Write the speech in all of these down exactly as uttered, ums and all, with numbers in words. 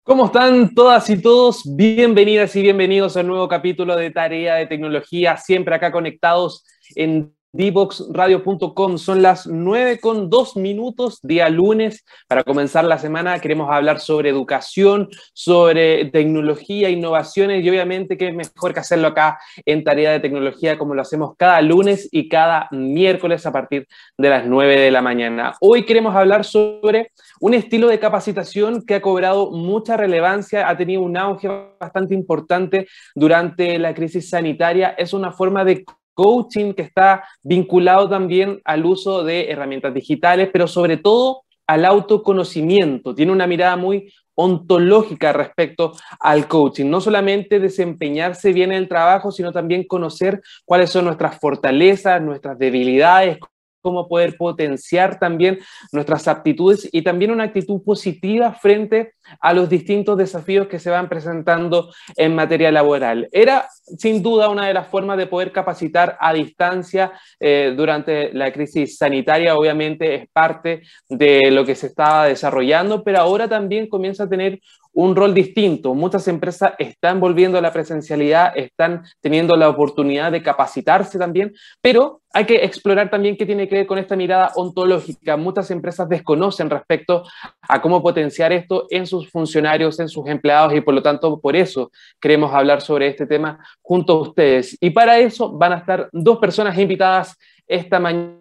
¿Cómo están todas y todos? Bienvenidas y bienvenidos a un nuevo capítulo de Tarea de Tecnología, siempre acá conectados en divox radio punto com. Son las nueve con dos minutos, día lunes. Para comenzar la semana queremos hablar sobre educación, sobre tecnología, innovaciones y obviamente qué mejor que hacerlo acá en Tarea de Tecnología como lo hacemos cada lunes y cada miércoles a partir de las nueve de la mañana. Hoy queremos hablar sobre un estilo de capacitación que ha cobrado mucha relevancia, ha tenido un auge bastante importante durante la crisis sanitaria. Es una forma de coaching que está vinculado también al uso de herramientas digitales, pero sobre todo al autoconocimiento. Tiene una mirada muy ontológica respecto al coaching. No solamente desempeñarse bien en el trabajo, sino también conocer cuáles son nuestras fortalezas, nuestras debilidades, cómo poder potenciar también nuestras aptitudes y también una actitud positiva frente a los distintos desafíos que se van presentando en materia laboral. Era sin duda una de las formas de poder capacitar a distancia eh, durante la crisis sanitaria. Obviamente es parte de lo que se estaba desarrollando, pero ahora también comienza a tener un rol distinto. Muchas empresas están volviendo a la presencialidad, están teniendo la oportunidad de capacitarse también, pero hay que explorar también qué tiene que ver con esta mirada ontológica. Muchas empresas desconocen respecto a cómo potenciar esto en sus funcionarios, en sus empleados, y por lo tanto, por eso queremos hablar sobre este tema junto a ustedes. Y para eso van a estar dos personas invitadas esta mañana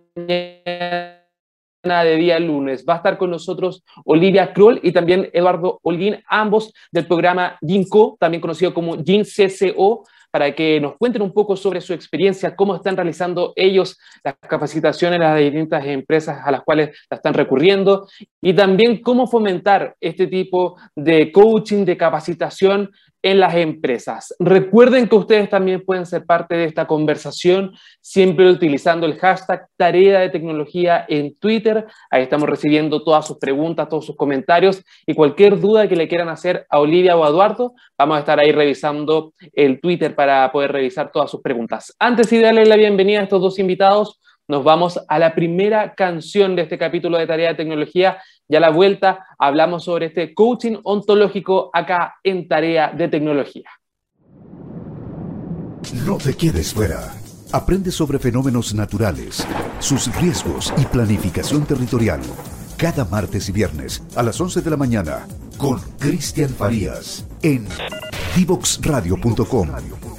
de día lunes. Va a estar con nosotros Olivia Kroll y también Eduardo Holguín, ambos del programa Ginkgo, también conocido como Gin C C O, para que nos cuenten un poco sobre su experiencia, cómo están realizando ellos las capacitaciones en las distintas empresas a las cuales la están recurriendo y también cómo fomentar este tipo de coaching, de capacitación en las empresas. Recuerden que ustedes también pueden ser parte de esta conversación, siempre utilizando el hashtag Tarea de Tecnología en Twitter. Ahí estamos recibiendo todas sus preguntas, todos sus comentarios y cualquier duda que le quieran hacer a Olivia o a Eduardo, vamos a estar ahí revisando el Twitter para poder revisar todas sus preguntas. Antes de darle la bienvenida a estos dos invitados, nos vamos a la primera canción de este capítulo de Tarea de Tecnología. Ya a la vuelta hablamos sobre este coaching ontológico acá en Tarea de Tecnología. No te quedes fuera. Aprende sobre fenómenos naturales, sus riesgos y planificación territorial. Cada martes y viernes a las once de la mañana con Cristian Farías en divox radio punto com.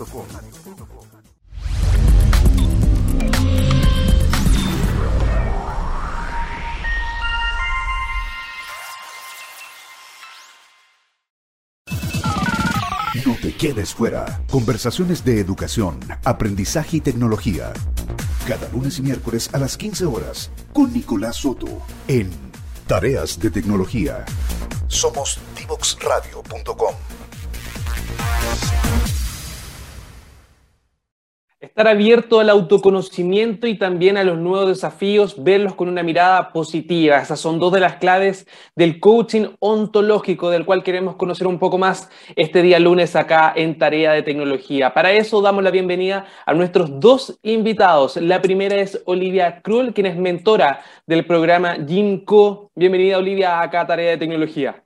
No te quedes fuera. Conversaciones de educación, aprendizaje y tecnología. Cada lunes y miércoles a las quince horas con Nicolás Soto en Tareas de Tecnología. Somos divox radio punto com. Estar abierto al autoconocimiento y también a los nuevos desafíos, verlos con una mirada positiva. Esas son dos de las claves del coaching ontológico, del cual queremos conocer un poco más este día lunes acá en Tarea de Tecnología. Para eso damos la bienvenida a nuestros dos invitados. La primera es Olivia Kroll, quien es mentora del programa Ginkgo. Bienvenida, Olivia, acá a Tarea de Tecnología.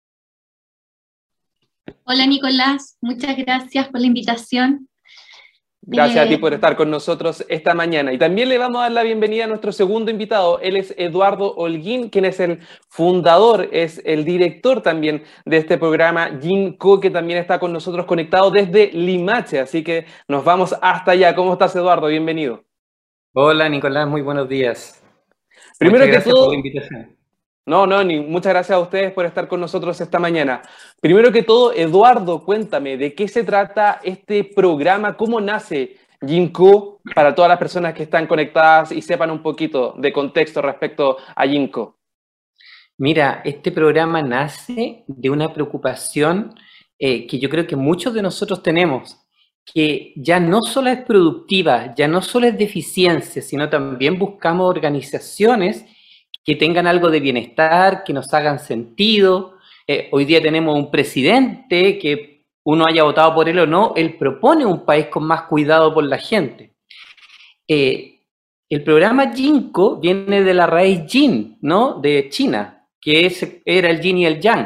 Hola, Nicolás. Muchas gracias por la invitación. Gracias a ti por estar con nosotros esta mañana. Y también le vamos a dar la bienvenida a nuestro segundo invitado. Él es Eduardo Holguín, quien es el fundador, es el director también de este programa Ginkgo, que también está con nosotros conectado desde Limache. Así que nos vamos hasta allá. ¿Cómo estás, Eduardo? Bienvenido. Hola, Nicolás. Muy buenos días. Primero Muchas que gracias todo, por la invitación. No, no, ni, muchas gracias a ustedes por estar con nosotros esta mañana. Primero que todo, Eduardo, cuéntame, ¿de qué se trata este programa? ¿Cómo nace Ginkgo para todas las personas que están conectadas y sepan un poquito de contexto respecto a Ginkgo? Mira, este programa nace de una preocupación eh, que yo creo que muchos de nosotros tenemos, que ya no solo es productiva, ya no solo es de eficiencia, sino también buscamos organizaciones que tengan algo de bienestar, que nos hagan sentido. Eh, hoy día tenemos un presidente que uno haya votado por él o no, él propone un país con más cuidado por la gente. Eh, el programa Ginkgo viene de la raíz Yin, ¿no? De China, que es, era el Yin y el Yang.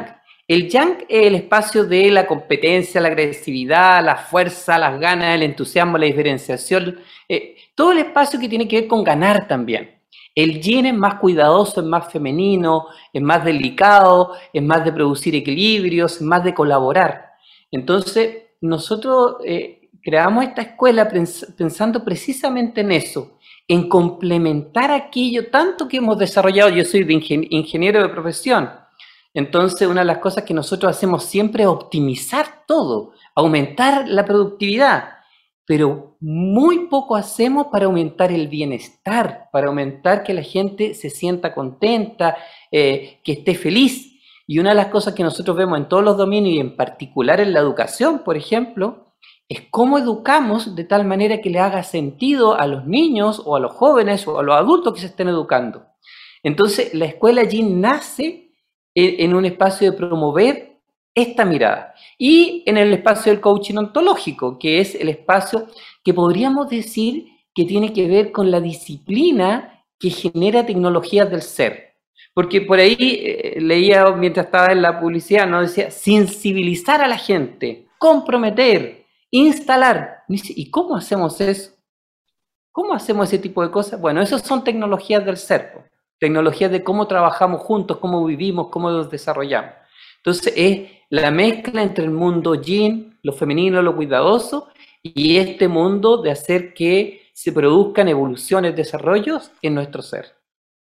El yang es el espacio de la competencia, la agresividad, la fuerza, las ganas, el entusiasmo, la diferenciación, eh, todo el espacio que tiene que ver con ganar también. El yin es más cuidadoso, es más femenino, es más delicado, es más de producir equilibrios, es más de colaborar. Entonces, nosotros eh, creamos esta escuela pens pensando precisamente en eso, en complementar aquello tanto que hemos desarrollado. Yo soy de ingen ingeniero de profesión, entonces una de las cosas que nosotros hacemos siempre es optimizar todo, aumentar la productividad, pero muy poco hacemos para aumentar el bienestar, para aumentar que la gente se sienta contenta, eh, que esté feliz. Y una de las cosas que nosotros vemos en todos los dominios y en particular en la educación, por ejemplo, es cómo educamos de tal manera que le haga sentido a los niños o a los jóvenes o a los adultos que se estén educando. Entonces, la escuela Yin nace en, en un espacio de promover esta mirada. Y en el espacio del coaching ontológico, que es el espacio que podríamos decir que tiene que ver con la disciplina que genera tecnologías del ser. Porque por ahí eh, leía mientras estaba en la publicidad, ¿no? Decía, sensibilizar a la gente, comprometer, instalar. ¿Y cómo hacemos eso? ¿Cómo hacemos ese tipo de cosas? Bueno, esas son tecnologías del ser, ¿no? Tecnologías de cómo trabajamos juntos, cómo vivimos, cómo nos desarrollamos. Entonces es la mezcla entre el mundo yin, lo femenino, lo cuidadoso, y este mundo de hacer que se produzcan evoluciones, desarrollos en nuestro ser.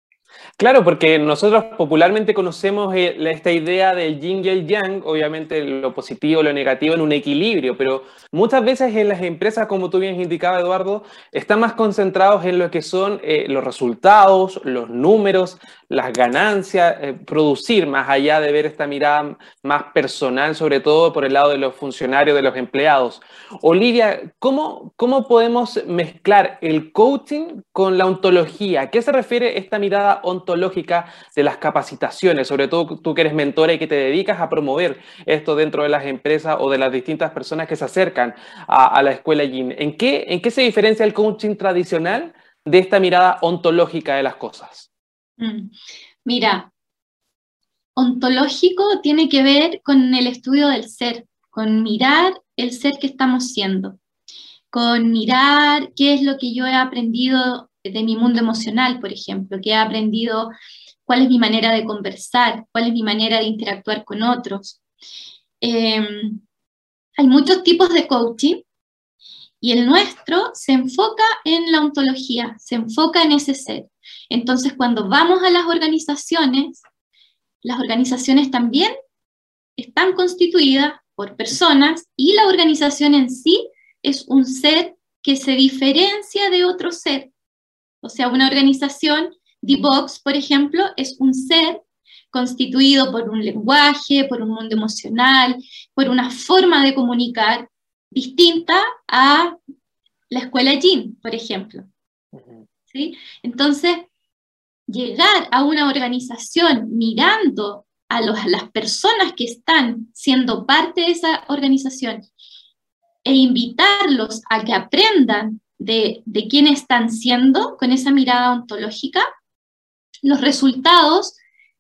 Claro, porque nosotros popularmente conocemos esta idea del yin y el yang, obviamente lo positivo, lo negativo en un equilibrio, pero muchas veces en las empresas, como tú bien indicabas, Eduardo, están más concentrados en lo que son eh, los resultados, los números, las ganancias, eh, producir más allá de ver esta mirada más personal, sobre todo por el lado de los funcionarios, de los empleados. Olivia, ¿cómo, cómo podemos mezclar el coaching con la ontología? ¿A qué se refiere esta mirada ontológica de las capacitaciones? Sobre todo tú que eres mentora y que te dedicas a promover esto dentro de las empresas o de las distintas personas que se acercan a, a la escuela Yin. ¿En qué, ¿En qué se diferencia el coaching tradicional de esta mirada ontológica de las cosas? Mm. Mira, ontológico tiene que ver con el estudio del ser, con mirar el ser que estamos siendo, con mirar qué es lo que yo he aprendido de mi mundo emocional, por ejemplo, qué he aprendido, cuál es mi manera de conversar, cuál es mi manera de interactuar con otros. Eh, hay muchos tipos de coaching y el nuestro se enfoca en la ontología, se enfoca en ese ser. Entonces, cuando vamos a las organizaciones, las organizaciones también están constituidas por personas y la organización en sí es un ser que se diferencia de otro ser. O sea, una organización, D-Box, por ejemplo, es un ser constituido por un lenguaje, por un mundo emocional, por una forma de comunicar distinta a la escuela Yin, por ejemplo. ¿Sí? Entonces, llegar a una organización mirando a, los, a las personas que están siendo parte de esa organización e invitarlos a que aprendan de, de quién están siendo con esa mirada ontológica, los resultados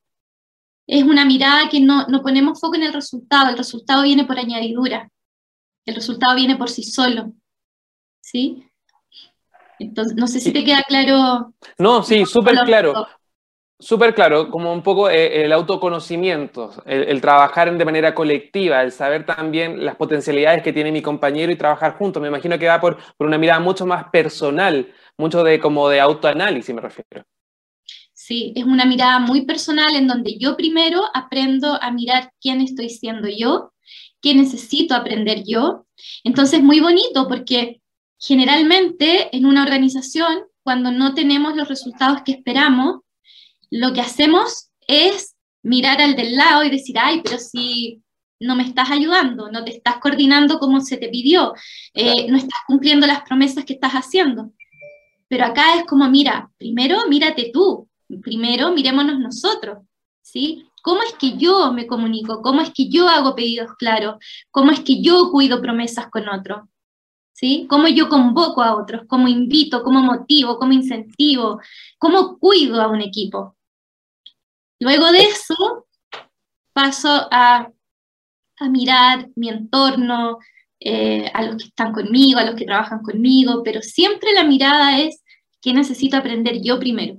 es una mirada que no, no ponemos foco en el resultado, el resultado viene por añadidura, el resultado viene por sí solo, ¿sí? Entonces, no sé si te queda claro. No, sí, súper claro. Súper claro, como un poco el autoconocimiento, el, el trabajar de manera colectiva, el saber también las potencialidades que tiene mi compañero y trabajar juntos. Me imagino que va por, por una mirada mucho más personal, mucho de como de autoanálisis me refiero. Sí, es una mirada muy personal en donde yo primero aprendo a mirar quién estoy siendo yo, qué necesito aprender yo. Entonces, muy bonito porque generalmente en una organización, cuando no tenemos los resultados que esperamos, lo que hacemos es mirar al del lado y decir, ay, pero si no me estás ayudando, no te estás coordinando como se te pidió, eh, no estás cumpliendo las promesas que estás haciendo. Pero acá es como, mira, primero mírate tú, primero mirémonos nosotros, ¿sí? ¿Cómo es que yo me comunico? ¿Cómo es que yo hago pedidos claros? ¿Cómo es que yo cuido promesas con otros? ¿Sí? ¿Cómo yo convoco a otros? ¿Cómo invito? ¿Cómo motivo? ¿Cómo incentivo? ¿Cómo cuido a un equipo? Luego de eso, paso a, a mirar mi entorno, eh, a los que están conmigo, a los que trabajan conmigo, pero siempre la mirada es qué necesito aprender yo primero.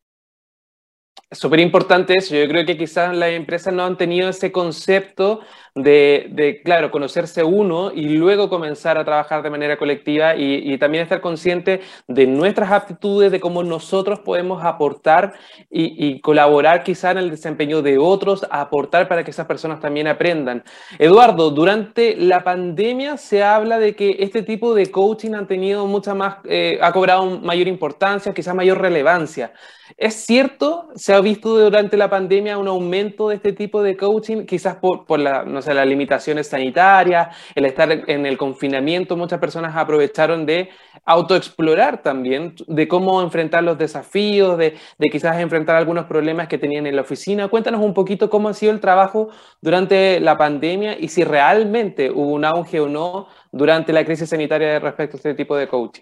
Súper importante eso. Yo creo que quizás las empresas no han tenido ese concepto de, de, claro, conocerse uno y luego comenzar a trabajar de manera colectiva y, y también estar consciente de nuestras aptitudes, de cómo nosotros podemos aportar y, y colaborar quizás en el desempeño de otros, aportar para que esas personas también aprendan. Eduardo, durante la pandemia se habla de que este tipo de coaching han tenido mucha más, eh, ha cobrado mayor importancia, quizás mayor relevancia. ¿Es cierto? ¿Se ha visto durante la pandemia un aumento de este tipo de coaching? Quizás por, por la, no sé, las limitaciones sanitarias, el estar en el confinamiento, muchas personas aprovecharon de autoexplorar también, de cómo enfrentar los desafíos, de, de quizás enfrentar algunos problemas que tenían en la oficina. Cuéntanos un poquito cómo ha sido el trabajo durante la pandemia y si realmente hubo un auge o no durante la crisis sanitaria respecto a este tipo de coaching.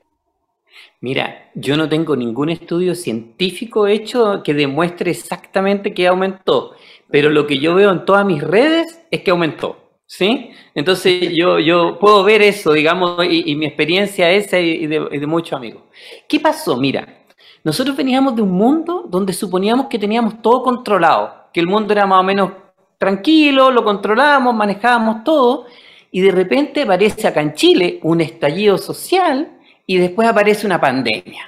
Mira, yo no tengo ningún estudio científico hecho que demuestre exactamente que aumentó, pero lo que yo veo en todas mis redes es que aumentó, ¿sí? Entonces yo, yo puedo ver eso, digamos, y, y mi experiencia esa y de, y de muchos amigos. ¿Qué pasó? Mira, nosotros veníamos de un mundo donde suponíamos que teníamos todo controlado, que el mundo era más o menos tranquilo, lo controlábamos, manejábamos todo, y de repente aparece acá en Chile un estallido social. Y después aparece una pandemia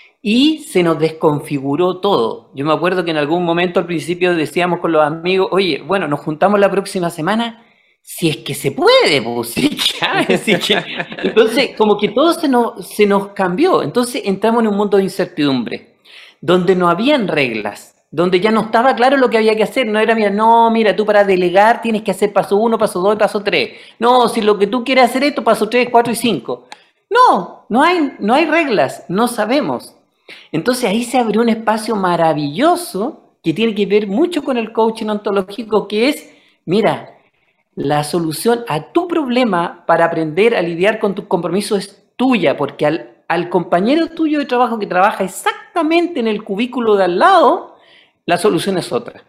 y se nos desconfiguró todo. Yo me acuerdo que en algún momento al principio decíamos con los amigos, oye, bueno, nos juntamos la próxima semana, si es que se puede, pues, ¿sí? Así que, entonces, como que todo se nos, se nos cambió. Entonces entramos en un mundo de incertidumbre, donde no habían reglas, donde ya no estaba claro lo que había que hacer. No era, mira, no, mira, tú para delegar tienes que hacer paso uno, paso dos y paso tres. No, si lo que tú quieres hacer esto, paso tres, cuatro y cinco. No, no hay, no hay reglas, no sabemos. Entonces ahí se abrió un espacio maravilloso que tiene que ver mucho con el coaching ontológico, que es, mira, la solución a tu problema para aprender a lidiar con tus compromisos es tuya, porque al, al compañero tuyo de trabajo que trabaja exactamente en el cubículo de al lado, la solución es otra.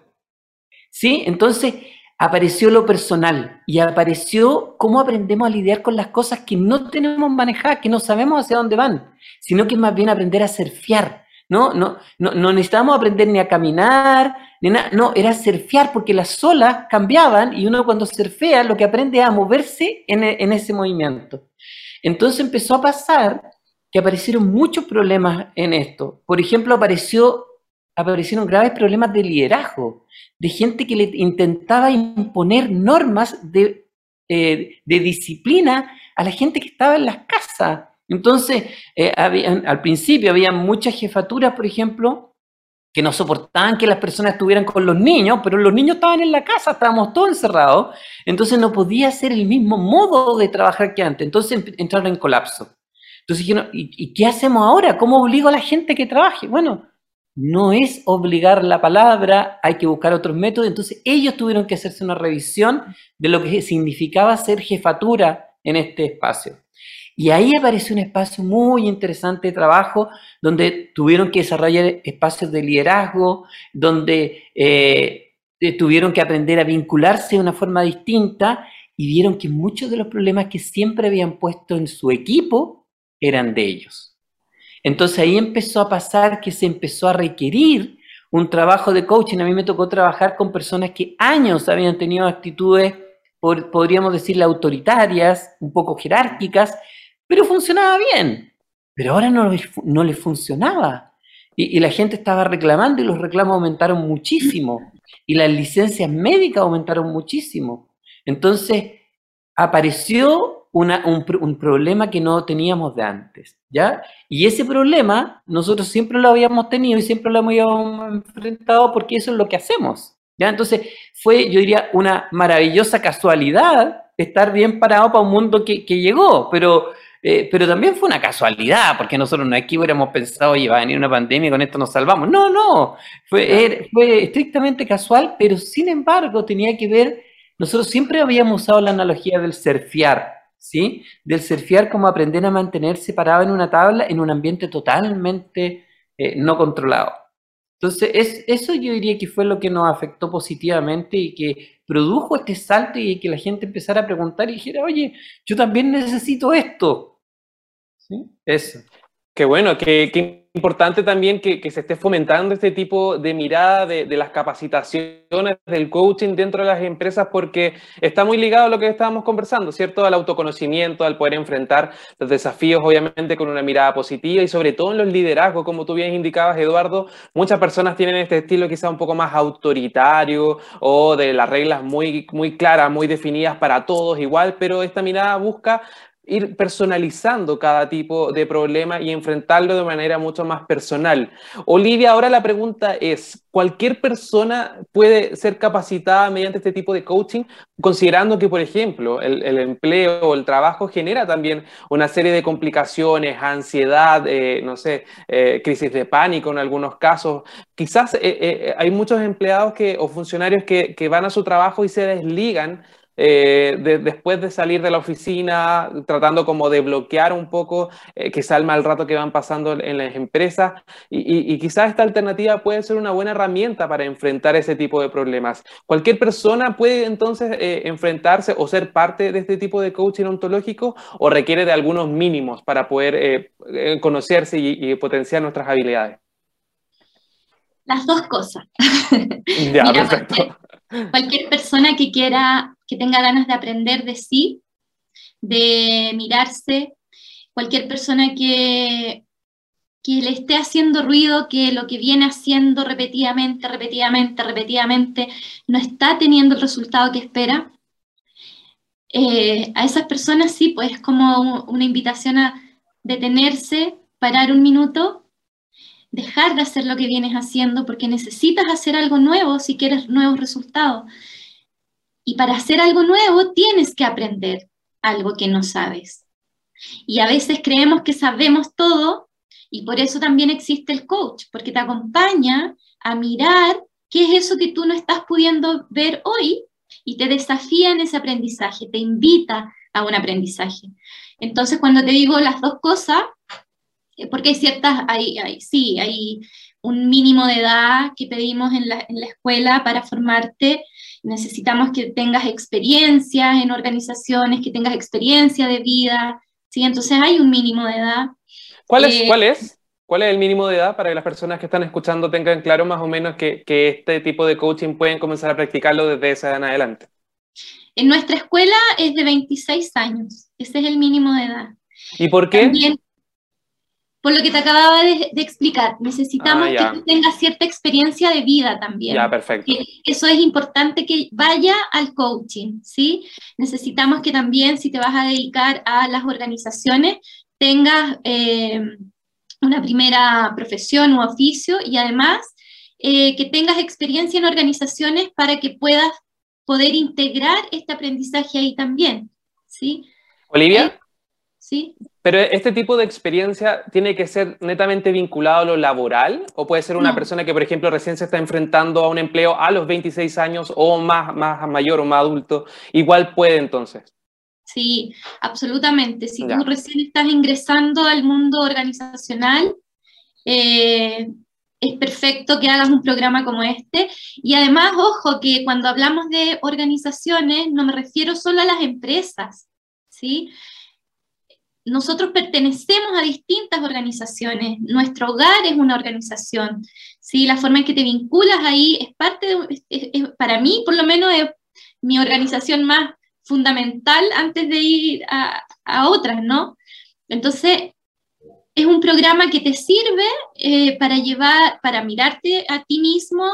¿Sí? Entonces apareció lo personal y apareció cómo aprendemos a lidiar con las cosas que no tenemos manejadas, que no sabemos hacia dónde van, sino que es más bien aprender a surfear, ¿no? No, no, no necesitábamos aprender ni a caminar, ni nada, no, era surfear porque las olas cambiaban y uno cuando surfea lo que aprende es a moverse en, en ese movimiento. Entonces empezó a pasar que aparecieron muchos problemas en esto. Por ejemplo, apareció... aparecieron graves problemas de liderazgo, de gente que le intentaba imponer normas de, eh, de disciplina a la gente que estaba en las casas. Entonces, eh, había, al principio había muchas jefaturas, por ejemplo, que no soportaban que las personas estuvieran con los niños, pero los niños estaban en la casa, estábamos todos encerrados, entonces no podía ser el mismo modo de trabajar que antes, entonces entraron en colapso. Entonces dijeron, ¿y, y qué hacemos ahora? ¿Cómo obligo a la gente que trabaje? Bueno, no es obligar la palabra, hay que buscar otros métodos. Entonces ellos tuvieron que hacerse una revisión de lo que significaba ser jefatura en este espacio. Y ahí apareció un espacio muy interesante de trabajo donde tuvieron que desarrollar espacios de liderazgo, donde eh, tuvieron que aprender a vincularse de una forma distinta y vieron que muchos de los problemas que siempre habían puesto en su equipo eran de ellos. Entonces ahí empezó a pasar que se empezó a requerir un trabajo de coaching. A mí me tocó trabajar con personas que años habían tenido actitudes, por, podríamos decirle, autoritarias, un poco jerárquicas, pero funcionaba bien. Pero ahora no, no les funcionaba. Y, y la gente estaba reclamando y los reclamos aumentaron muchísimo. Y las licencias médicas aumentaron muchísimo. Entonces apareció Una, un, un problema que no teníamos de antes, ¿ya? Y ese problema nosotros siempre lo habíamos tenido y siempre lo hemos enfrentado porque eso es lo que hacemos, ¿ya? Entonces fue, yo diría, una maravillosa casualidad estar bien parado para un mundo que, que llegó, pero, eh, pero también fue una casualidad, porque nosotros no es que hubiéramos pensado, oye, va a venir una pandemia y con esto nos salvamos. No, no, fue, era, fue estrictamente casual, pero sin embargo tenía que ver, nosotros siempre habíamos usado la analogía del surfear, ¿sí? Del surfear como aprender a mantenerse parado en una tabla en un ambiente totalmente eh, no controlado. Entonces, es, eso yo diría que fue lo que nos afectó positivamente y que produjo este salto y que la gente empezara a preguntar y dijera, oye, yo también necesito esto. ¿Sí? Eso. Qué bueno, qué, qué importante también que, que se esté fomentando este tipo de mirada de, de las capacitaciones, del coaching dentro de las empresas, porque está muy ligado a lo que estábamos conversando, ¿cierto? Al autoconocimiento, al poder enfrentar los desafíos, obviamente, con una mirada positiva y sobre todo en los liderazgos, como tú bien indicabas, Eduardo. Muchas personas tienen este estilo quizá un poco más autoritario o de las reglas muy, muy claras, muy definidas para todos igual, pero esta mirada busca ir personalizando cada tipo de problema y enfrentarlo de manera mucho más personal. Olivia, ahora la pregunta es, ¿cualquier persona puede ser capacitada mediante este tipo de coaching? Considerando que, por ejemplo, el, el empleo o el trabajo genera también una serie de complicaciones, ansiedad, eh, no sé, eh, crisis de pánico en algunos casos. Quizás eh, eh, hay muchos empleados que, o funcionarios que, que van a su trabajo y se desligan Eh, de, después de salir de la oficina, tratando como de bloquear un poco eh, quizá el mal rato que van pasando en las empresas y, y, y quizás esta alternativa puede ser una buena herramienta para enfrentar ese tipo de problemas. ¿Cualquier persona puede entonces eh, enfrentarse o ser parte de este tipo de coaching ontológico o requiere de algunos mínimos para poder eh, conocerse y, y potenciar nuestras habilidades? Las dos cosas. Ya, Mira, perfecto. Cualquier, cualquier persona que quiera, que tenga ganas de aprender de sí, de mirarse, cualquier persona que, que le esté haciendo ruido, que lo que viene haciendo repetidamente, repetidamente, repetidamente, no está teniendo el resultado que espera, eh, a esas personas sí, pues es como una invitación a detenerse, parar un minuto, dejar de hacer lo que vienes haciendo porque necesitas hacer algo nuevo si quieres nuevos resultados. Y para hacer algo nuevo tienes que aprender algo que no sabes. Y a veces creemos que sabemos todo y por eso también existe el coach, porque te acompaña a mirar qué es eso que tú no estás pudiendo ver hoy y te desafía en ese aprendizaje, te invita a un aprendizaje. Entonces, cuando te digo las dos cosas, porque hay ciertas, hay, hay, sí, hay un mínimo de edad que pedimos en la, en la escuela para formarte, necesitamos que tengas experiencias en organizaciones, que tengas experiencia de vida, ¿sí? Entonces hay un mínimo de edad. ¿Cuál es? Eh, ¿Cuál es? ¿Cuál es el mínimo de edad para que las personas que están escuchando tengan claro más o menos que, que este tipo de coaching pueden comenzar a practicarlo desde esa edad en adelante? En nuestra escuela es de veintiséis años, ese es el mínimo de edad. ¿Y por qué? También, por lo que te acababa de, de explicar, necesitamos Ah, que tú tengas cierta experiencia de vida también. Ya, perfecto. Eso es importante que vaya al coaching, ¿sí? Necesitamos que también, si te vas a dedicar a las organizaciones, tengas eh, una primera profesión u oficio y además eh, que tengas experiencia en organizaciones para que puedas poder integrar este aprendizaje ahí también, ¿sí? Olivia, Eh, ¿sí? ¿pero este tipo de experiencia tiene que ser netamente vinculado a lo laboral? ¿O puede ser una No. persona que, por ejemplo, recién se está enfrentando a un empleo a los veintiséis años o más, más mayor o más adulto? Igual puede entonces. Sí, absolutamente. Si Ya. tú recién estás ingresando al mundo organizacional, eh, es perfecto que hagas un programa como este. Y además, ojo, que cuando hablamos de organizaciones, no me refiero solo a las empresas, ¿sí? Nosotros pertenecemos a distintas organizaciones, nuestro hogar es una organización, ¿sí? La forma en que te vinculas ahí es parte de, es, es, para mí por lo menos es mi organización más fundamental antes de ir a, a otras, ¿no? Entonces, es un programa que te sirve eh, para llevar, para mirarte a ti mismo,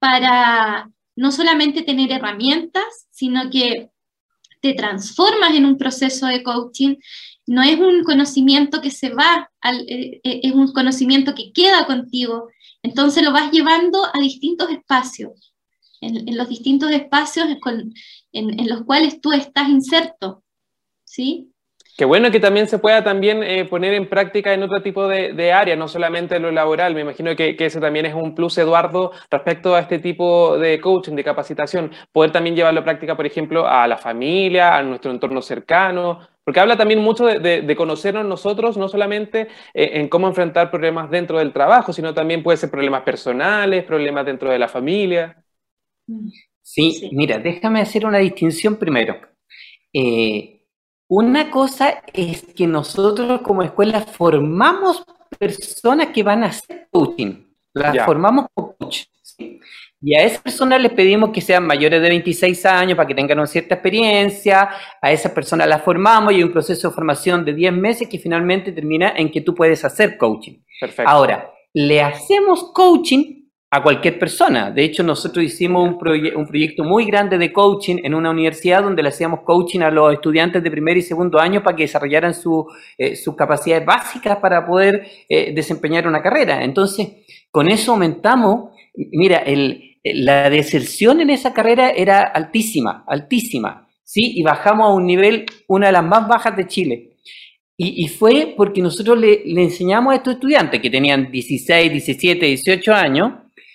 para no solamente tener herramientas, sino que te transformas en un proceso de coaching. No es un conocimiento que se va, al, eh, es un conocimiento que queda contigo. Entonces lo vas llevando a distintos espacios, en, en los distintos espacios con, en, en los cuales tú estás inserto, ¿sí? Qué bueno que también se pueda también eh, poner en práctica en otro tipo de, de área, no solamente lo laboral. Me imagino que, que ese también es un plus, Eduardo, respecto a este tipo de coaching, de capacitación. Poder también llevarlo a práctica, por ejemplo, a la familia, a nuestro entorno cercano. Porque habla también mucho de, de, de conocernos nosotros, no solamente eh, en cómo enfrentar problemas dentro del trabajo, sino también puede ser problemas personales, problemas dentro de la familia. Sí, sí. Mira, déjame hacer una distinción primero. Eh, una cosa es que nosotros como escuela formamos personas que van a hacer coaching, las ya. formamos como coach, ¿sí? Y a esas personas les pedimos que sean mayores de veintiséis años para que tengan una cierta experiencia, a esas personas las formamos y hay un proceso de formación de diez meses que finalmente termina en que tú puedes hacer coaching. Perfecto. Ahora, le hacemos coaching a cualquier persona. De hecho, nosotros hicimos un, proye un proyecto muy grande de coaching en una universidad donde le hacíamos coaching a los estudiantes de primer y segundo año para que desarrollaran su, eh, sus capacidades básicas para poder eh, desempeñar una carrera. Entonces, con eso aumentamos, mira, el, la deserción en esa carrera era altísima, altísima, ¿sí? Y bajamos a un nivel, una de las más bajas de Chile. Y, y fue porque nosotros le, le enseñamos a estos estudiantes que tenían dieciséis, diecisiete, dieciocho años,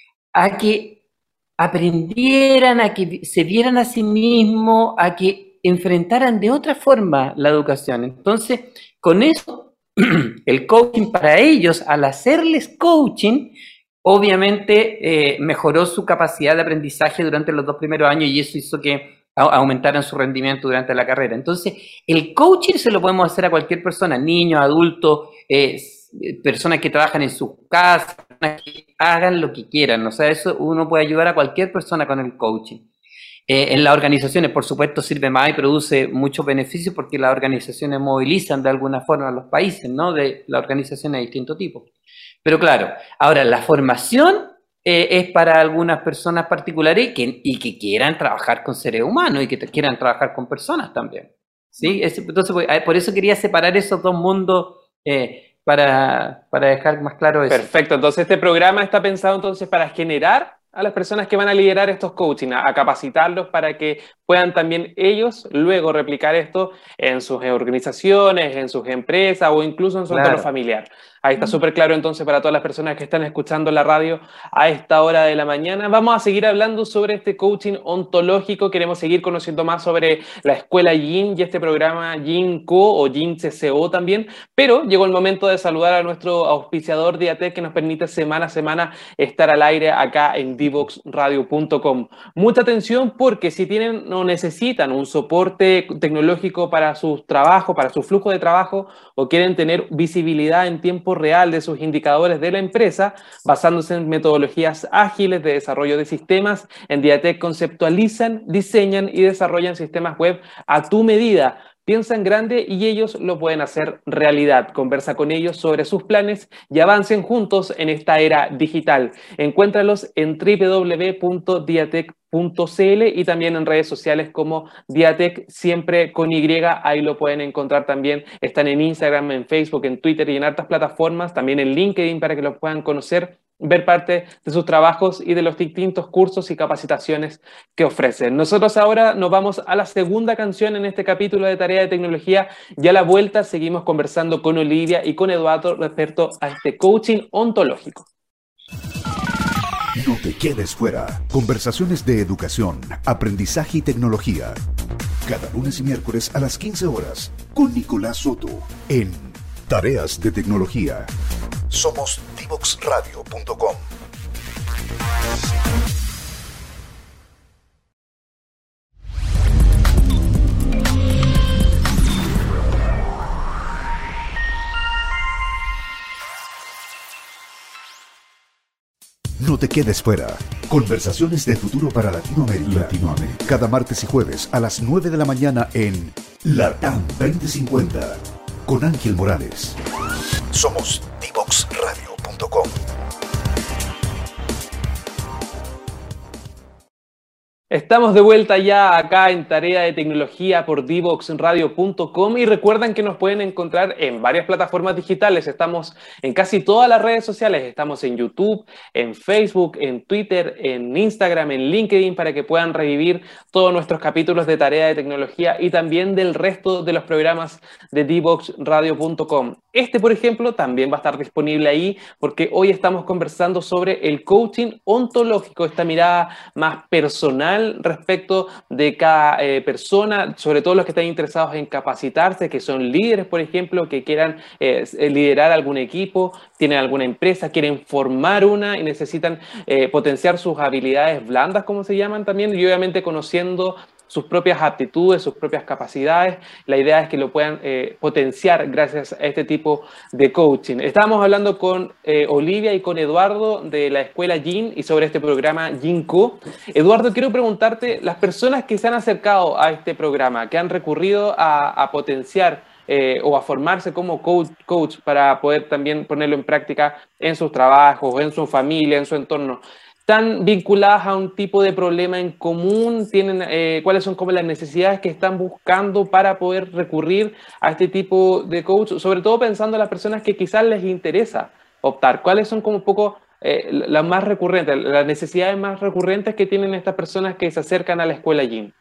a que aprendieran, a que se vieran a sí mismos, a que enfrentaran de otra forma la educación. Entonces, con eso, el coaching para ellos, al hacerles coaching, obviamente eh, mejoró su capacidad de aprendizaje durante los dos primeros años y eso hizo que aumentaran su rendimiento durante la carrera. Entonces, el coaching se lo podemos hacer a cualquier persona, niños, adultos, eh, personas que trabajan en sus casas, que hagan lo que quieran. O sea, eso uno puede ayudar a cualquier persona con el coaching. Eh, en las organizaciones, por supuesto, sirve más y produce muchos beneficios porque las organizaciones movilizan de alguna forma a los países, ¿no? De las organizaciones de distinto tipo. Pero claro, ahora la formación eh, es para algunas personas particulares que, y que quieran trabajar con seres humanos y que quieran trabajar con personas también. ¿Sí? Es, entonces, por eso quería separar esos dos mundos eh, para, para dejar más claro eso. Perfecto, entonces este programa está pensado entonces para generar a las personas que van a liderar estos coaching, a, a capacitarlos para que puedan también ellos luego replicar esto en sus organizaciones, en sus empresas o incluso en su claro. entorno familiar. Ahí está súper claro entonces para todas las personas que están escuchando la radio a esta hora de la mañana. Vamos a seguir hablando sobre este coaching ontológico. Queremos seguir conociendo más sobre la escuela Yin y este programa Yin Co o Yin C C O también. Pero llegó el momento de saludar a nuestro auspiciador Diatec que nos permite semana a semana estar al aire acá en divox radio punto com. Mucha atención porque si tienen o necesitan un soporte tecnológico para su trabajo, para su flujo de trabajo o quieren tener visibilidad en tiempo real de sus indicadores de la empresa, basándose en metodologías ágiles de desarrollo de sistemas, en Diatec conceptualizan, diseñan y desarrollan sistemas web a tu medida. Piensa en grande y ellos lo pueden hacer realidad. Conversa con ellos sobre sus planes y avancen juntos en esta era digital. Encuéntralos en doble u doble u doble u punto diatec punto c l y también en redes sociales como Diatec, siempre con Y, ahí lo pueden encontrar también. Están en Instagram, en Facebook, en Twitter y en hartas plataformas, también en LinkedIn para que los puedan conocer, ver parte de sus trabajos y de los distintos cursos y capacitaciones que ofrecen. Nosotros ahora nos vamos a la segunda canción en este capítulo de Tarea de Tecnología y a la vuelta seguimos conversando con Olivia y con Eduardo respecto a este coaching ontológico. No te quedes fuera. Conversaciones de educación, aprendizaje y tecnología. Cada lunes y miércoles a las quince horas con Nicolás Soto en Tareas de Tecnología. Somos divox radio punto com. No te quedes fuera. Conversaciones de futuro para Latinoamérica. Latinoamérica. Cada martes y jueves a las nueve de la mañana en LATAM veinte cincuenta. Con Ángel Morales. Somos divox radio punto com. Estamos de vuelta ya acá en Tarea de Tecnología por divox radio punto com y recuerden que nos pueden encontrar en varias plataformas digitales. Estamos en casi todas las redes sociales. Estamos en YouTube, en Facebook, en Twitter, en Instagram, en LinkedIn para que puedan revivir todos nuestros capítulos de Tarea de Tecnología y también del resto de los programas de divox radio punto com. Este, por ejemplo, también va a estar disponible ahí porque hoy estamos conversando sobre el coaching ontológico, esta mirada más personal general respecto de cada eh, persona, sobre todo los que están interesados en capacitarse, que son líderes, por ejemplo, que quieran eh, liderar algún equipo, tienen alguna empresa, quieren formar una y necesitan eh, potenciar sus habilidades blandas, como se llaman también, y obviamente conociendo sus propias aptitudes, sus propias capacidades. La idea es que lo puedan eh, potenciar gracias a este tipo de coaching. Estábamos hablando con eh, Olivia y con Eduardo de la escuela Yin y sobre este programa Yin-Co. Eduardo, quiero preguntarte, las personas que se han acercado a este programa, que han recurrido a, a potenciar eh, o a formarse como coach, coach para poder también ponerlo en práctica en sus trabajos, en su familia, en su entorno, ¿están vinculadas a un tipo de problema en común? ¿Tienen, eh, ¿Cuáles son como las necesidades que están buscando para poder recurrir a este tipo de coach? Sobre todo pensando en las personas que quizás les interesa optar. ¿Cuáles son como un poco eh, las más recurrentes, las necesidades más recurrentes que tienen estas personas que se acercan a la escuela Yin?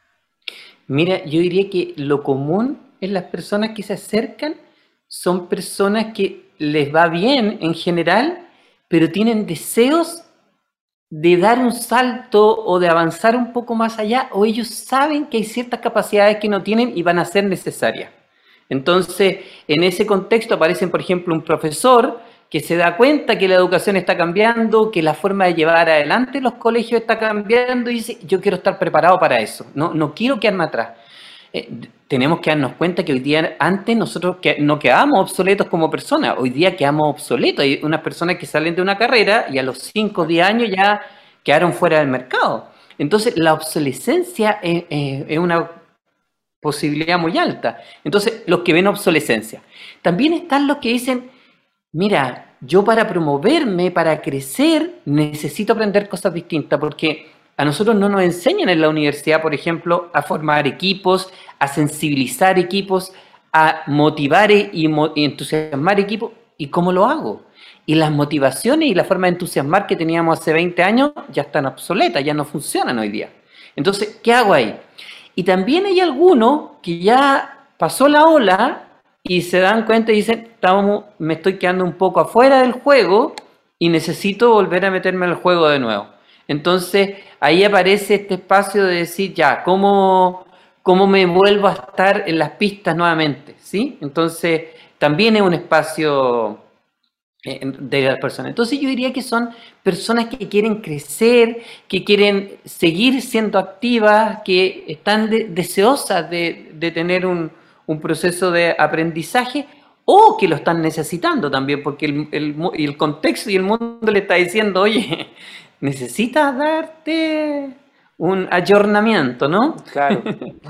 Mira, yo diría que lo común en las personas que se acercan son personas que les va bien en general, pero tienen deseos de dar un salto o de avanzar un poco más allá, o ellos saben que hay ciertas capacidades que no tienen y van a ser necesarias. Entonces, en ese contexto aparecen, por ejemplo, un profesor que se da cuenta que la educación está cambiando, que la forma de llevar adelante los colegios está cambiando y dice, yo quiero estar preparado para eso, no, no quiero quedarme atrás. Eh, tenemos que darnos cuenta que hoy día, antes nosotros que, no quedábamos obsoletos como personas, hoy día quedamos obsoletos. Hay unas personas que salen de una carrera y a los cinco o diez años ya quedaron fuera del mercado. Entonces la obsolescencia es, es, es una posibilidad muy alta. Entonces los que ven obsolescencia. También están los que dicen, mira, yo para promoverme, para crecer, necesito aprender cosas distintas, porque a nosotros no nos enseñan en la universidad, por ejemplo, a formar equipos, a sensibilizar equipos, a motivar y, mo y entusiasmar equipos. ¿Y cómo lo hago? Y las motivaciones y la forma de entusiasmar que teníamos hace veinte años ya están obsoletas, ya no funcionan hoy día. Entonces, ¿qué hago ahí? Y también hay algunos que ya pasó la ola y se dan cuenta y dicen, estamos, me estoy quedando un poco afuera del juego y necesito volver a meterme al juego de nuevo. Entonces, ahí aparece este espacio de decir, ya, ¿cómo, cómo me vuelvo a estar en las pistas nuevamente? ¿Sí? Entonces, también es un espacio de las personas. Entonces, yo diría que son personas que quieren crecer, que quieren seguir siendo activas, que están de, deseosas de, de tener un, un proceso de aprendizaje, o que lo están necesitando también, porque el, el, el contexto y el mundo le está diciendo, oye, necesitas darte un ayornamiento, ¿no? Claro.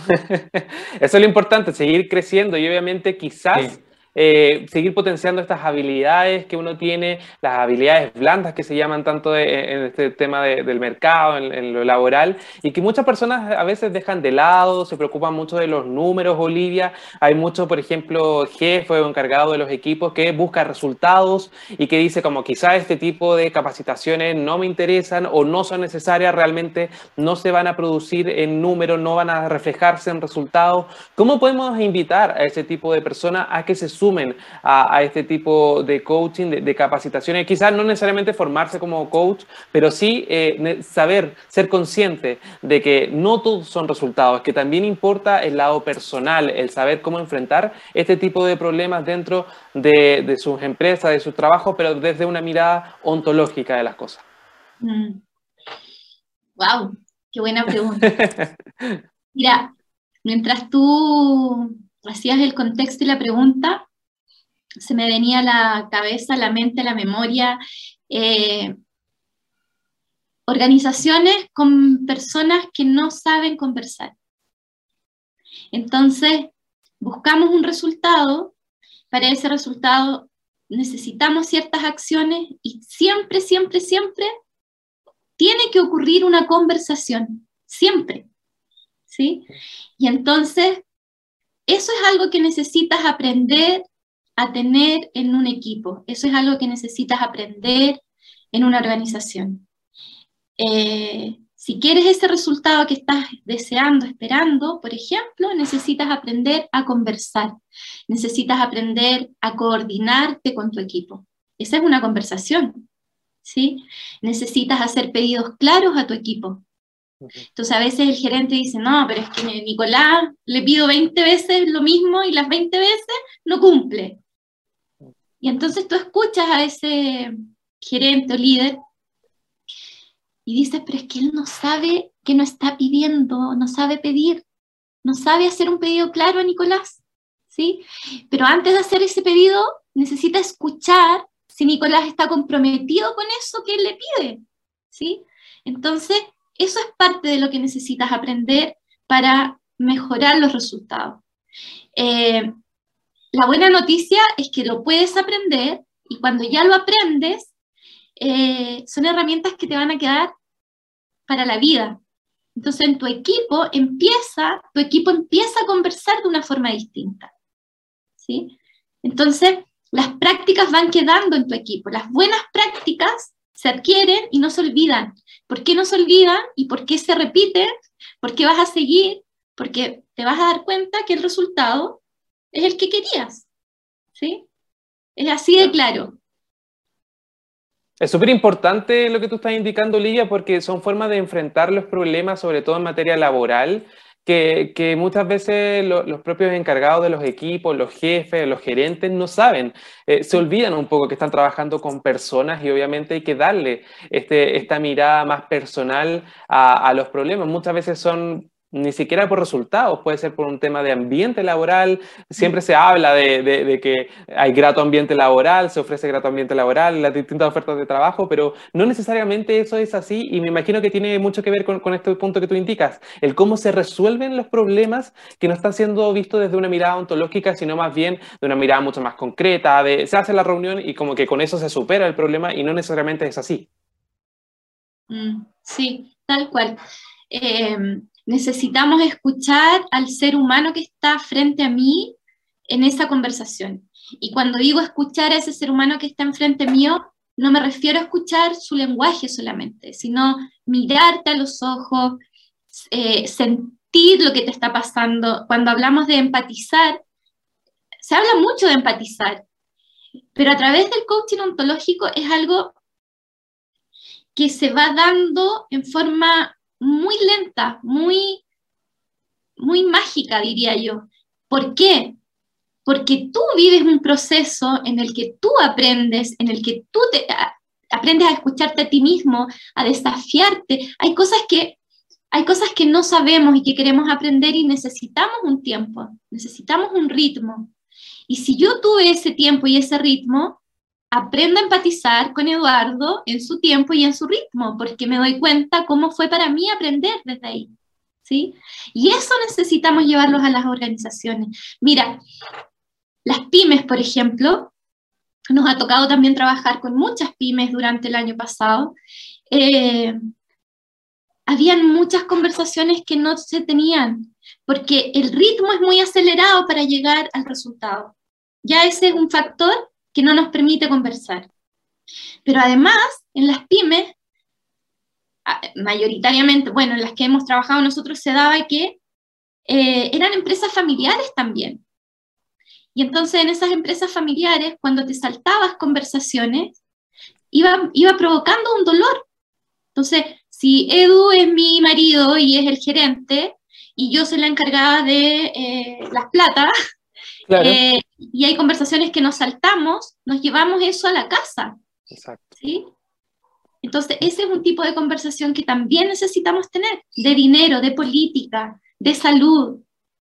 Eso es lo importante, seguir creciendo y obviamente quizás sí. eh, seguir potenciando estas habilidades que uno tiene, las habilidades blandas que se llaman tanto de, en este tema de, del mercado, en, en lo laboral, y que muchas personas a veces dejan de lado, se preocupan mucho de los números, Olivia. Hay muchos, por ejemplo, jefe o encargado de los equipos que busca resultados y que dice como quizás este tipo de capacitaciones no me interesan o no son necesarias, realmente no se van a producir en números, no van a reflejarse en resultados. ¿Cómo podemos invitar a ese tipo de personas a que se sumen a, a este tipo de coaching, de, de capacitaciones? Quizás no necesariamente formarse como coach, pero sí eh, saber, ser consciente de que no todos son resultados, que también importa el lado personal, el saber cómo enfrentar este tipo de problemas dentro de, de sus empresas, de sus trabajos, pero desde una mirada ontológica de las cosas. Mm. ¡Wow! ¡Qué buena pregunta! Mira, mientras tú hacías el contexto y la pregunta, se me venía a la cabeza, a la mente, a la memoria, eh, organizaciones con personas que no saben conversar. Entonces, buscamos un resultado, para ese resultado necesitamos ciertas acciones y siempre, siempre, siempre tiene que ocurrir una conversación, siempre, ¿sí? Y entonces, eso es algo que necesitas aprender a tener en un equipo, eso es algo que necesitas aprender en una organización. Eh, si quieres ese resultado que estás deseando, esperando, por ejemplo, necesitas aprender a conversar, necesitas aprender a coordinarte con tu equipo. Esa es una conversación, ¿sí? Necesitas hacer pedidos claros a tu equipo. Entonces a veces el gerente dice, no, pero es que Nicolás le pido veinte veces lo mismo y las veinte veces no cumple. Y entonces tú escuchas a ese gerente o líder y dices, pero es que él no sabe que no está pidiendo, no sabe pedir, no sabe hacer un pedido claro a Nicolás, ¿sí? Pero antes de hacer ese pedido necesita escuchar si Nicolás está comprometido con eso que él le pide, ¿sí? Entonces, eso es parte de lo que necesitas aprender para mejorar los resultados. Eh, la buena noticia es que lo puedes aprender y cuando ya lo aprendes, eh, son herramientas que te van a quedar para la vida. Entonces, en tu equipo empieza, tu equipo empieza a conversar de una forma distinta, ¿sí? Entonces, las prácticas van quedando en tu equipo. Las buenas prácticas se adquieren y no se olvidan. ¿Por qué no se olvidan? ¿Y por qué se repiten? ¿Por qué vas a seguir? Porque te vas a dar cuenta que el resultado es el que querías, ¿sí? Es así de claro. Es súper importante lo que tú estás indicando, Olivia, porque son formas de enfrentar los problemas, sobre todo en materia laboral, que, que muchas veces lo, los propios encargados de los equipos, los jefes, los gerentes no saben. Eh, se olvidan un poco que están trabajando con personas y obviamente hay que darle este, esta mirada más personal a, a los problemas. Muchas veces son ni siquiera por resultados, puede ser por un tema de ambiente laboral. Siempre se habla de, de, de que hay grato ambiente laboral, se ofrece grato ambiente laboral en las distintas ofertas de trabajo, pero no necesariamente eso es así y me imagino que tiene mucho que ver con, con este punto que tú indicas, el cómo se resuelven los problemas que no están siendo vistos desde una mirada ontológica, sino más bien de una mirada mucho más concreta, de se hace la reunión y como que con eso se supera el problema y no necesariamente es así. Mm, sí, tal cual. Eh, necesitamos escuchar al ser humano que está frente a mí en esa conversación. Y cuando digo escuchar a ese ser humano que está enfrente mío, no me refiero a escuchar su lenguaje solamente, sino mirarte a los ojos, eh, sentir lo que te está pasando. Cuando hablamos de empatizar, se habla mucho de empatizar, pero a través del coaching ontológico es algo que se va dando en forma muy lenta, muy, muy mágica, diría yo. ¿Por qué? Porque tú vives un proceso en el que tú aprendes, en el que tú te, a, aprendes a escucharte a ti mismo, a desafiarte. Hay cosas que, hay cosas que no sabemos y que queremos aprender y necesitamos un tiempo, necesitamos un ritmo. Y si yo tuve ese tiempo y ese ritmo, aprendo a empatizar con Eduardo en su tiempo y en su ritmo, porque me doy cuenta cómo fue para mí aprender desde ahí, ¿sí? Y eso necesitamos llevarlos a las organizaciones. Mira, las pymes, por ejemplo, nos ha tocado también trabajar con muchas pymes durante el año pasado. Eh, habían muchas conversaciones que no se tenían, porque el ritmo es muy acelerado para llegar al resultado. Ya ese es un factor que no nos permite conversar. Pero además, en las pymes, mayoritariamente, bueno, en las que hemos trabajado nosotros se daba que eh, eran empresas familiares también. Y entonces en esas empresas familiares, cuando te saltabas conversaciones, iba, iba provocando un dolor. Entonces, si Edu es mi marido y es el gerente, y yo soy la encargada de eh, las platas, claro. eh, y hay conversaciones que nos saltamos, nos llevamos eso a la casa. Exacto. ¿Sí? Entonces, ese es un tipo de conversación que también necesitamos tener, de dinero, de política, de salud.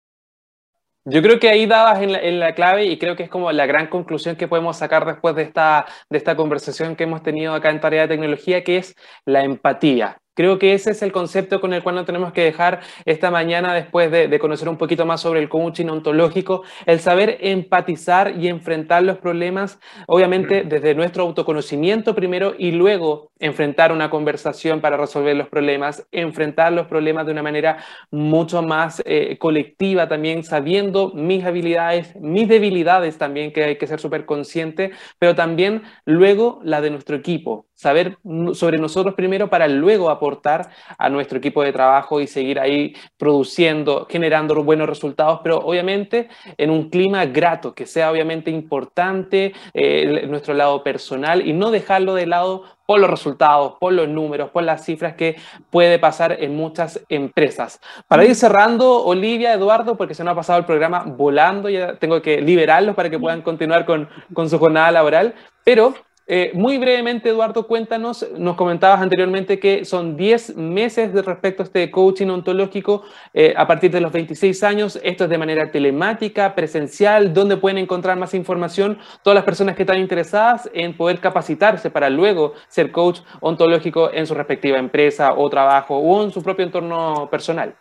Yo creo que ahí dabas en la, en la clave y creo que es como la gran conclusión que podemos sacar después de esta, de esta conversación que hemos tenido acá en Tarea de Tecnología, que es la empatía. Creo que ese es el concepto con el cual nos tenemos que dejar esta mañana después de, de conocer un poquito más sobre el coaching ontológico, el saber empatizar y enfrentar los problemas, obviamente desde nuestro autoconocimiento primero y luego enfrentar una conversación para resolver los problemas, enfrentar los problemas de una manera mucho más eh, colectiva también, sabiendo mis habilidades, mis debilidades también, que hay que ser súper consciente, pero también luego la de nuestro equipo, saber sobre nosotros primero para luego apoyar aportar a nuestro equipo de trabajo y seguir ahí produciendo, generando buenos resultados, pero obviamente en un clima grato, que sea obviamente importante eh, nuestro lado personal y no dejarlo de lado por los resultados, por los números, por las cifras que puede pasar en muchas empresas. Para ir cerrando, Olivia, Eduardo, porque se nos ha pasado el programa volando, ya tengo que liberarlos para que puedan continuar con, con su jornada laboral, pero eh, muy brevemente, Eduardo, cuéntanos, nos comentabas anteriormente que son diez meses de respecto a este coaching ontológico eh, a partir de los veintiséis años, esto es de manera telemática, presencial, ¿dónde pueden encontrar más información todas las personas que están interesadas en poder capacitarse para luego ser coach ontológico en su respectiva empresa o trabajo o en su propio entorno personal?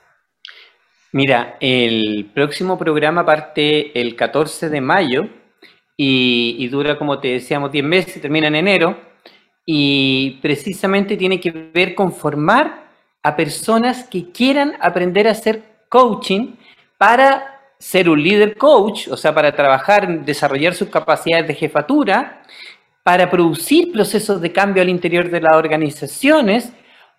Mira, el próximo programa parte el catorce de mayo y, y dura, como te decíamos, diez meses, termina en enero, y precisamente tiene que ver con formar a personas que quieran aprender a hacer coaching para ser un líder coach, o sea, para trabajar, desarrollar sus capacidades de jefatura, para producir procesos de cambio al interior de las organizaciones,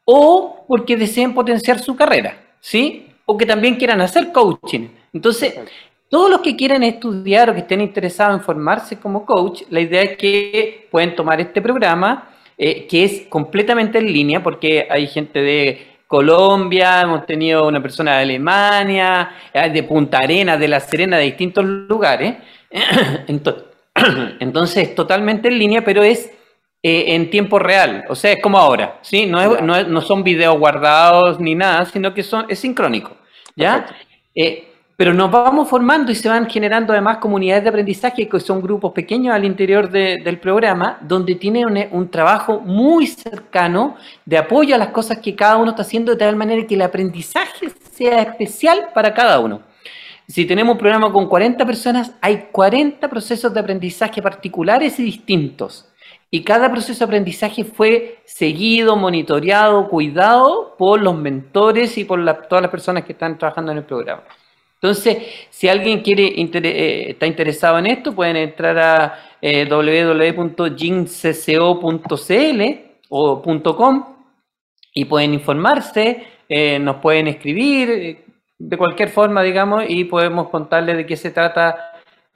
o porque deseen potenciar su carrera, ¿sí? O que también quieran hacer coaching. Entonces, todos los que quieran estudiar o que estén interesados en formarse como coach, la idea es que pueden tomar este programa, eh, que es completamente en línea, porque hay gente de Colombia, hemos tenido una persona de Alemania, de Punta Arenas, de La Serena, de distintos lugares. Entonces, entonces es totalmente en línea, pero es eh, en tiempo real, o sea, es como ahora, ¿sí? No, es, no, es, no son videos guardados ni nada, sino que son, es sincrónico, ¿ya? Eh, pero nos vamos formando y se van generando además comunidades de aprendizaje, que son grupos pequeños al interior de, del programa, donde tienen un, un trabajo muy cercano de apoyo a las cosas que cada uno está haciendo, de tal manera que el aprendizaje sea especial para cada uno. Si tenemos un programa con cuarenta personas, hay cuarenta procesos de aprendizaje particulares y distintos. Y cada proceso de aprendizaje fue seguido, monitoreado, cuidado por los mentores y por la, todas las personas que están trabajando en el programa. Entonces, si alguien quiere inter eh, está interesado en esto, pueden entrar a eh, w w w punto gin c c o punto c l o .com y pueden informarse, eh, nos pueden escribir eh, de cualquier forma, digamos, y podemos contarles de qué se trata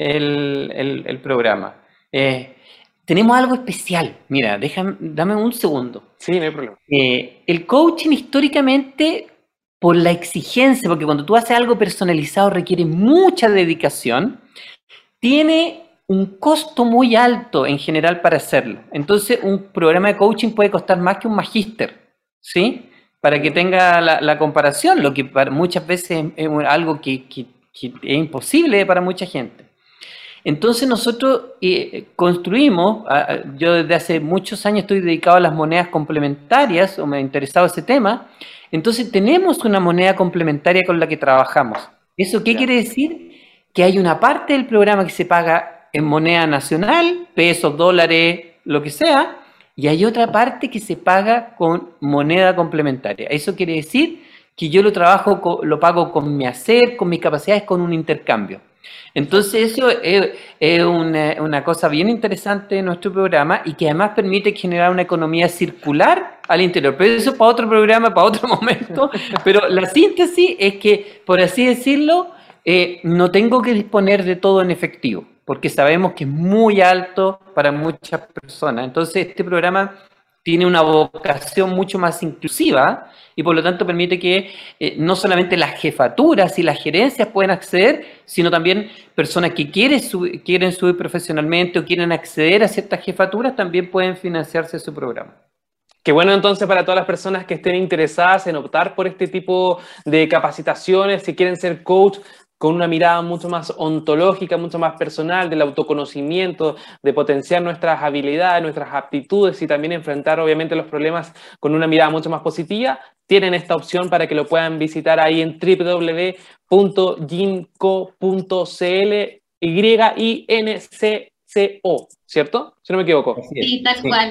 el, el, el programa. Eh, tenemos algo especial. Mira, déjame, dame un segundo. Sí, no hay problema. Eh, el coaching históricamente, por la exigencia, porque cuando tú haces algo personalizado requiere mucha dedicación, tiene un costo muy alto en general para hacerlo. Entonces, un programa de coaching puede costar más que un magíster, ¿sí? Para que tenga la, la comparación, lo que para muchas veces es algo que, que, que es imposible para mucha gente. Entonces nosotros eh, construimos, eh, yo desde hace muchos años estoy dedicado a las monedas complementarias, o me ha interesado ese tema. Entonces tenemos una moneda complementaria con la que trabajamos. ¿Eso qué quiere decir? Que hay una parte del programa que se paga en moneda nacional, pesos, dólares, lo que sea, y hay otra parte que se paga con moneda complementaria. Eso quiere decir que yo lo trabajo, lo pago con mi hacer, con mis capacidades, con un intercambio. Entonces eso es, es una, una cosa bien interesante de nuestro programa y que además permite generar una economía circular al interior. Pero eso es para otro programa, para otro momento. Pero la síntesis es que, por así decirlo, eh, no tengo que disponer de todo en efectivo, porque sabemos que es muy alto para muchas personas. Entonces este programa tiene una vocación mucho más inclusiva y por lo tanto permite que eh, no solamente las jefaturas y las gerencias puedan acceder, sino también personas que quieren, sub quieren subir profesionalmente o quieren acceder a ciertas jefaturas también pueden financiarse su programa. Qué bueno entonces para todas las personas que estén interesadas en optar por este tipo de capacitaciones, si quieren ser coach, con una mirada mucho más ontológica, mucho más personal, del autoconocimiento, de potenciar nuestras habilidades, nuestras aptitudes y también enfrentar obviamente los problemas con una mirada mucho más positiva, tienen esta opción para que lo puedan visitar ahí en w w w punto ginco punto c l, Y I N C C O, ¿cierto? Si no me equivoco. Sí, tal sí. cual.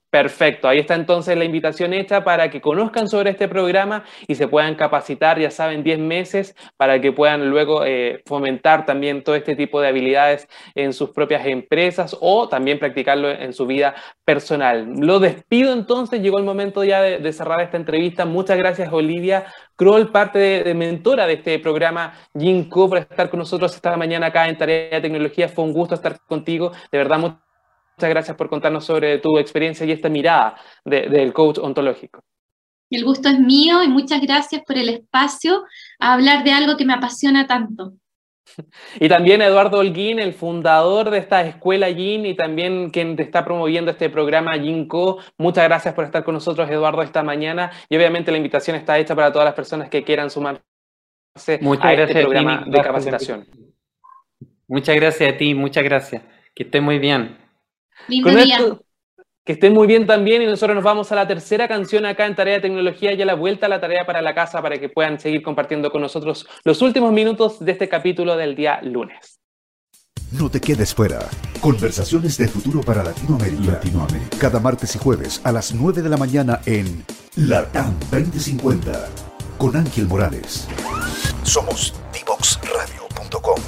Perfecto, ahí está entonces la invitación hecha para que conozcan sobre este programa y se puedan capacitar, ya saben, diez meses para que puedan luego eh, fomentar también todo este tipo de habilidades en sus propias empresas o también practicarlo en su vida personal. Lo despido entonces, llegó el momento ya de, de cerrar esta entrevista. Muchas gracias, Olivia Kroll, parte de, de mentora de este programa Ginkgo, por estar con nosotros esta mañana acá en Tarea de Tecnología. Fue un gusto estar contigo, de verdad. Muchas Muchas gracias por contarnos sobre tu experiencia y esta mirada de, del coach ontológico. El gusto es mío y muchas gracias por el espacio a hablar de algo que me apasiona tanto. Y también Eduardo Holguín, el fundador de esta escuela Yin y también quien te está promoviendo este programa Ginkgo. Muchas gracias por estar con nosotros, Eduardo, esta mañana. Y obviamente la invitación está hecha para todas las personas que quieran sumarse muchas a gracias este programa a ti, de capacitación. Muchas gracias a ti, muchas gracias. Que estés muy bien. Lindo Con día. Esto, que estén muy bien también y nosotros nos vamos a la tercera canción acá en Tarea de Tecnología y a la vuelta a la tarea para la casa para que puedan seguir compartiendo con nosotros los últimos minutos de este capítulo del día lunes. No te quedes fuera. Conversaciones de futuro para Latinoamérica. Latinoamérica. Cada martes y jueves a las nueve de la mañana en LATAM veinte cincuenta con Ángel Morales. Somos divox radio punto com.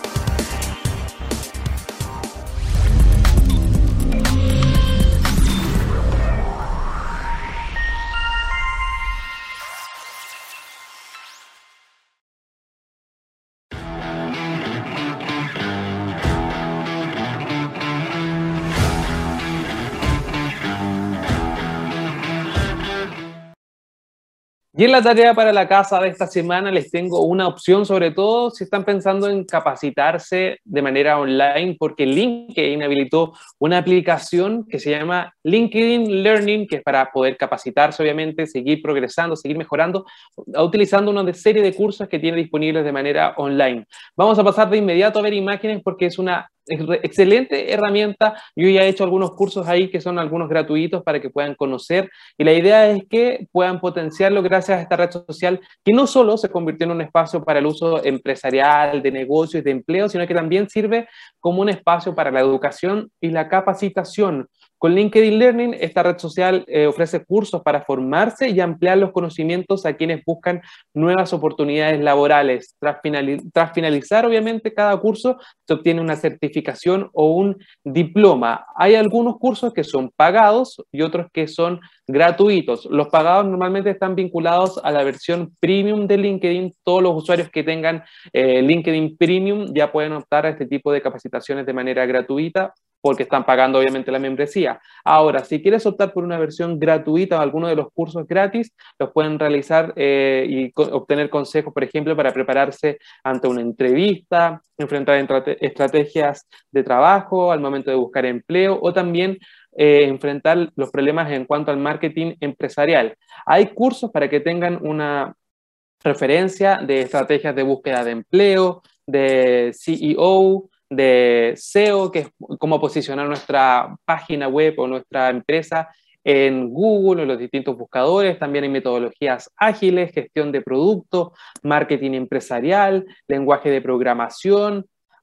Y en la tarea para la casa de esta semana les tengo una opción, sobre todo si están pensando en capacitarse de manera online, porque LinkedIn habilitó una aplicación que se llama LinkedIn Learning, que es para poder capacitarse, obviamente, seguir progresando, seguir mejorando, utilizando una serie de cursos que tiene disponibles de manera online. Vamos a pasar de inmediato a ver imágenes porque es una excelente herramienta. Yo ya he hecho algunos cursos ahí que son algunos gratuitos para que puedan conocer y la idea es que puedan potenciarlo gracias a esta red social que no solo se convirtió en un espacio para el uso empresarial, de negocios, de empleo, sino que también sirve como un espacio para la educación y la capacitación. Con LinkedIn Learning, esta red social eh, ofrece cursos para formarse y ampliar los conocimientos a quienes buscan nuevas oportunidades laborales. Tras, finali tras finalizar, obviamente, cada curso se obtiene una certificación o un diploma. Hay algunos cursos que son pagados y otros que son gratuitos. Los pagados normalmente están vinculados a la versión premium de LinkedIn. Todos los usuarios que tengan eh, LinkedIn Premium ya pueden optar a este tipo de capacitaciones de manera gratuita, porque están pagando obviamente la membresía. Ahora, si quieres optar por una versión gratuita o alguno de los cursos gratis, los pueden realizar eh, y co obtener consejos, por ejemplo, para prepararse ante una entrevista, enfrentar estrategias de trabajo al momento de buscar empleo o también eh, enfrentar los problemas en cuanto al marketing empresarial. Hay cursos para que tengan una referencia de estrategias de búsqueda de empleo, de C E O, de S E O, que es cómo posicionar nuestra página web o nuestra empresa en Google o en los distintos buscadores. También hay metodologías ágiles, gestión de producto, marketing empresarial, lenguaje de programación,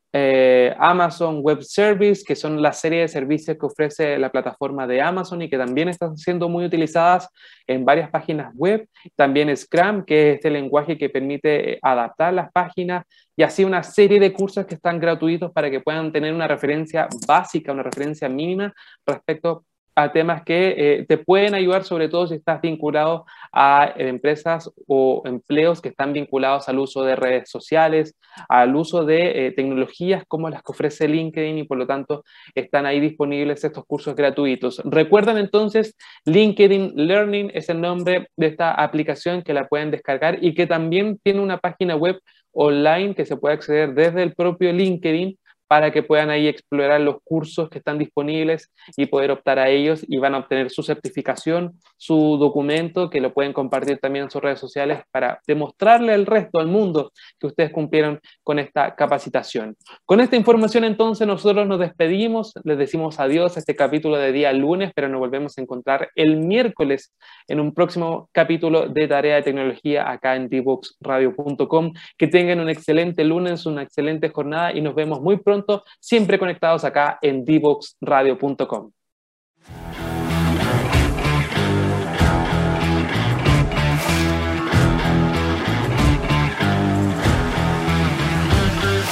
eh, Amazon Web Service, que son la serie de servicios que ofrece la plataforma de Amazon y que también están siendo muy utilizadas en varias páginas web. También Scrum, que es este lenguaje que permite adaptar las páginas, y así una serie de cursos que están gratuitos para que puedan tener una referencia básica, una referencia mínima respecto a temas que eh, te pueden ayudar, sobre todo si estás vinculado a empresas o empleos que están vinculados al uso de redes sociales, al uso de eh, tecnologías como las que ofrece LinkedIn, y por lo tanto están ahí disponibles estos cursos gratuitos. Recuerden entonces, LinkedIn Learning es el nombre de esta aplicación que la pueden descargar y que también tiene una página web online que se puede acceder desde el propio LinkedIn para que puedan ahí explorar los cursos que están disponibles y poder optar a ellos, y van a obtener su certificación, su documento, que lo pueden compartir también en sus redes sociales para demostrarle al resto, al mundo, que ustedes cumplieron con esta capacitación. Con esta información entonces nosotros nos despedimos, les decimos adiós a este capítulo de día lunes, pero nos volvemos a encontrar el miércoles en un próximo capítulo de Tarea de Tecnología acá en divox radio punto com. Que tengan un excelente lunes, una excelente jornada y nos vemos muy pronto, siempre conectados acá en divox radio punto com.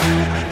Thank you.